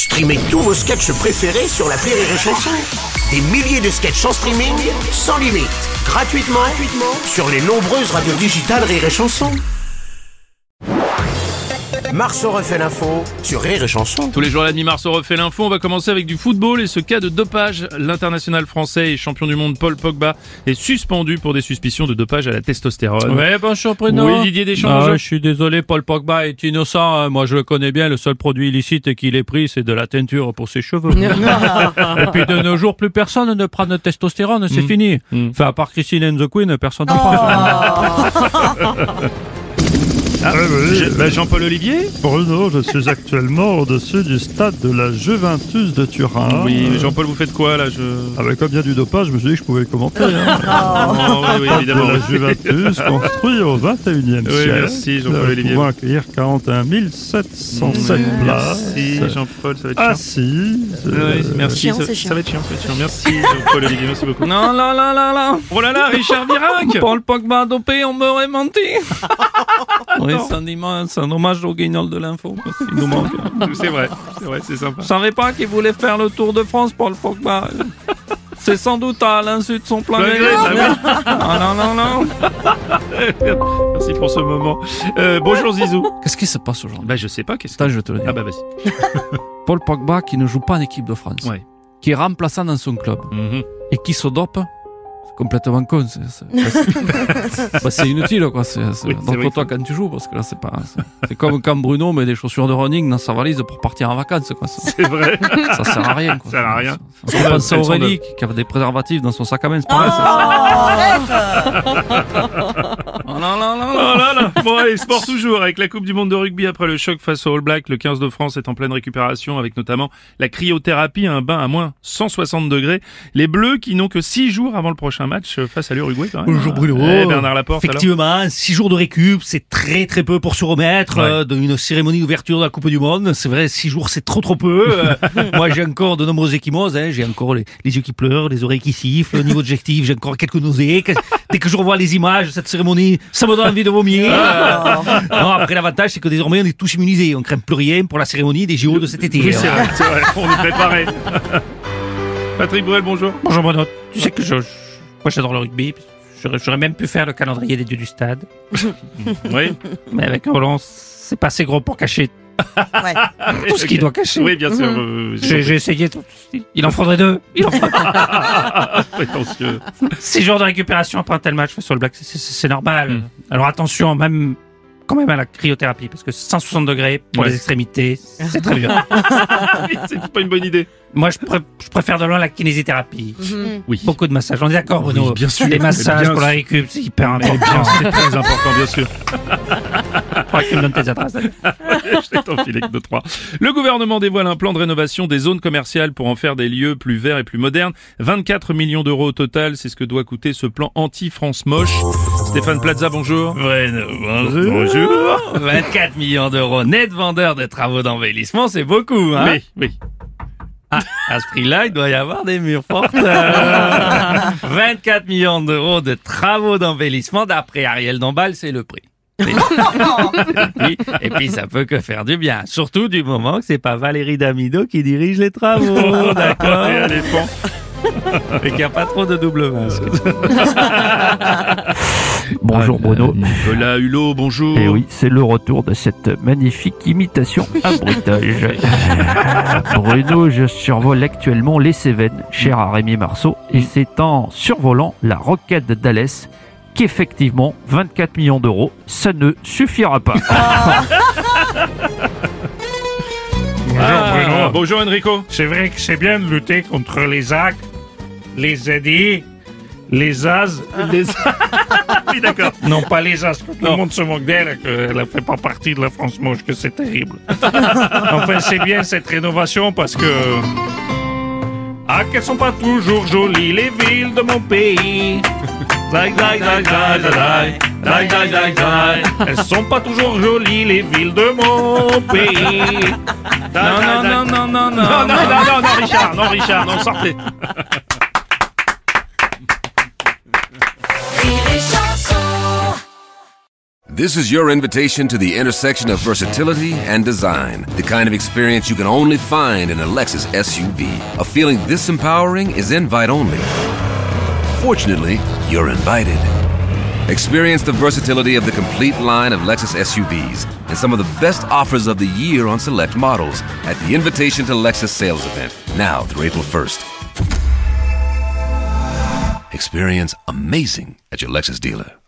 Streamez tous vos sketchs préférés sur l'appli Rire et Chanson. Des milliers de sketchs en streaming, sans limite, gratuitement sur les nombreuses radios digitales Rire et Chanson. Marceau refait l'info sur Rire et Chanson. Tous les jours à la demi, Marceau refait l'info. On va commencer avec du football et ce cas de dopage. L'international français et champion du monde Paul Pogba est suspendu pour des suspicions de dopage à la testostérone. Ouais, bonjour Bruno. Oui, Didier Deschamps. Je suis désolé, Paul Pogba est innocent. Moi, je le connais bien. Le seul produit illicite qu'il ait pris, c'est de la teinture pour ses cheveux. Et puis de nos jours, plus personne ne prend de testostérone. C'est fini. Enfin, à part Christine and the Queen, personne ne prend. Jean-Paul Olivier. Bruno, je suis actuellement au-dessus du stade de la Juventus de Turin. Oui, Jean-Paul, vous faites quoi là Avec comme il y a du dopage, je me suis dit que je pouvais le commenter. Oui, évidemment. De la Juventus, construit au 21e siècle. Oui, merci Jean-Paul Olivier. Pouvant accueillir 41 707 places. Merci Jean-Paul, ça va être chiant. Assises. Oui, merci, ça va être chiant. Merci Jean-Paul Olivier, merci beaucoup. Non. Oh là là, Richard Virac. Paul Pogba dopé, on m'aurait menti. Oui, c'est un hommage au guignol de l'info. Il nous manque. C'est vrai, c'est sympa. Je savais pas qu'il voulait faire le Tour de France, Paul Pogba. C'est sans doute à l'insu de son plein gré. Non. Merci pour ce moment. Bonjour Zizou. Qu'est-ce qui se passe aujourd'hui? Je sais pas, qu'est-ce Ça, je vais te le dire. Ah bah vas-y. Paul Pogba qui ne joue pas en équipe de France, Ouais. qui est remplaçant dans son club et qui se dope. C'est complètement con. C'est inutile, quoi. Oui, Donc toi, quand tu joues, parce que là, c'est comme quand Bruno met des chaussures de running dans sa valise pour partir en vacances, quoi. C'est vrai. Ça sert à rien, quoi. Ça sert à rien. On pense à Aurélie qui avait des préservatifs dans son sac à main, c'est pareil. Oh là. Bon allez, sport toujours avec la Coupe du monde de rugby après le choc face aux All Blacks. Le 15 de France est en pleine récupération avec notamment la cryothérapie, un bain à moins 160 degrés. Les Bleus qui n'ont que 6 jours avant le prochain match face à l'Uruguay. Bonjour Bruno. Bernard Laporte. Effectivement, 6 jours de récup, c'est très peu pour se remettre d'une cérémonie d'ouverture de la Coupe du Monde. C'est vrai, 6 jours, c'est trop peu. Moi, j'ai encore de nombreuses ecchymoses. J'ai encore les yeux qui pleurent, les oreilles qui sifflent. Au niveau digestif, j'ai encore quelques nausées. Dès que je revois les images de cette cérémonie, ça me donne envie de vomir. Non, après, l'avantage, c'est que désormais, on est tous immunisés. On craint plus rien pour la cérémonie des JO de cet été. Oui, c'est vrai. On est préparé. Patrick Bruel, bonjour. Bonjour Bruno. Tu sais que moi j'adore le rugby. J'aurais même pu faire le calendrier des dieux du stade. Oui. Mais avec Roland, c'est pas assez gros pour cacher tout ce qu'il doit cacher. Oui, bien sûr. J'ai essayé. Il en faudrait 2. Prétentieux. 6 jours de récupération après un tel match sur le Black, c'est normal. Alors attention, quand même à la cryothérapie, parce que 160 degrés pour les extrémités, c'est très bien. C'est pas une bonne idée. Moi, je préfère de loin la kinésithérapie. Oui. Beaucoup de massages. On est d'accord, Bruno? Oui, bien sûr. Les massages pour la récup, c'est hyper important. C'est très important, bien sûr. Faudra que tu me donnes tes adresses. Je t'ai t'enfilé que 2-3. Le gouvernement dévoile un plan de rénovation des zones commerciales pour en faire des lieux plus verts et plus modernes. 24 millions d'euros au total, c'est ce que doit coûter ce plan anti-France moche. Stéphane Plaza, bonjour. Bonjour. 24 millions d'euros net vendeur de travaux d'embellissement, c'est beaucoup, hein? Oui. À ce prix-là, il doit y avoir des murs fortes. 24 millions d'euros de travaux d'embellissement, d'après Ariel Dombal, c'est le prix. Et puis, ça peut que faire du bien. Surtout du moment que c'est pas Valérie Damido qui dirige les travaux, d'accord? Et qu'il n'y a pas trop de double masque. Bonjour Bruno. Nicolas Hulot, bonjour. Et oui, c'est le retour de cette magnifique imitation à bruitage. Bruno, je survole actuellement les Cévennes, cher à Rémi Marceau, et c'est en survolant la roquette d'Alès qu'effectivement, 24 millions d'euros, ça ne suffira pas. Bonjour Enrico. C'est vrai que c'est bien de lutter contre les AC, les EDI, les AS. Oui, d'accord. Non, pas les As. Tout le monde se moque d'elle, qu'elle ne fait pas partie de la France moche, que c'est terrible. Enfin, c'est bien cette rénovation parce que... Ah, qu'elles sont pas toujours jolies, les villes de mon pays. Elles sont pas toujours jolies, les villes de mon pays. Non, Richard, sortez. This is your invitation to the intersection of versatility and design. The kind of experience you can only find in a Lexus SUV. A feeling this empowering is invite only. Fortunately, you're invited. Experience the versatility of the complete line of Lexus SUVs and some of the best offers of the year on select models at the Invitation to Lexus sales event, now through April 1st. Experience amazing at your Lexus dealer.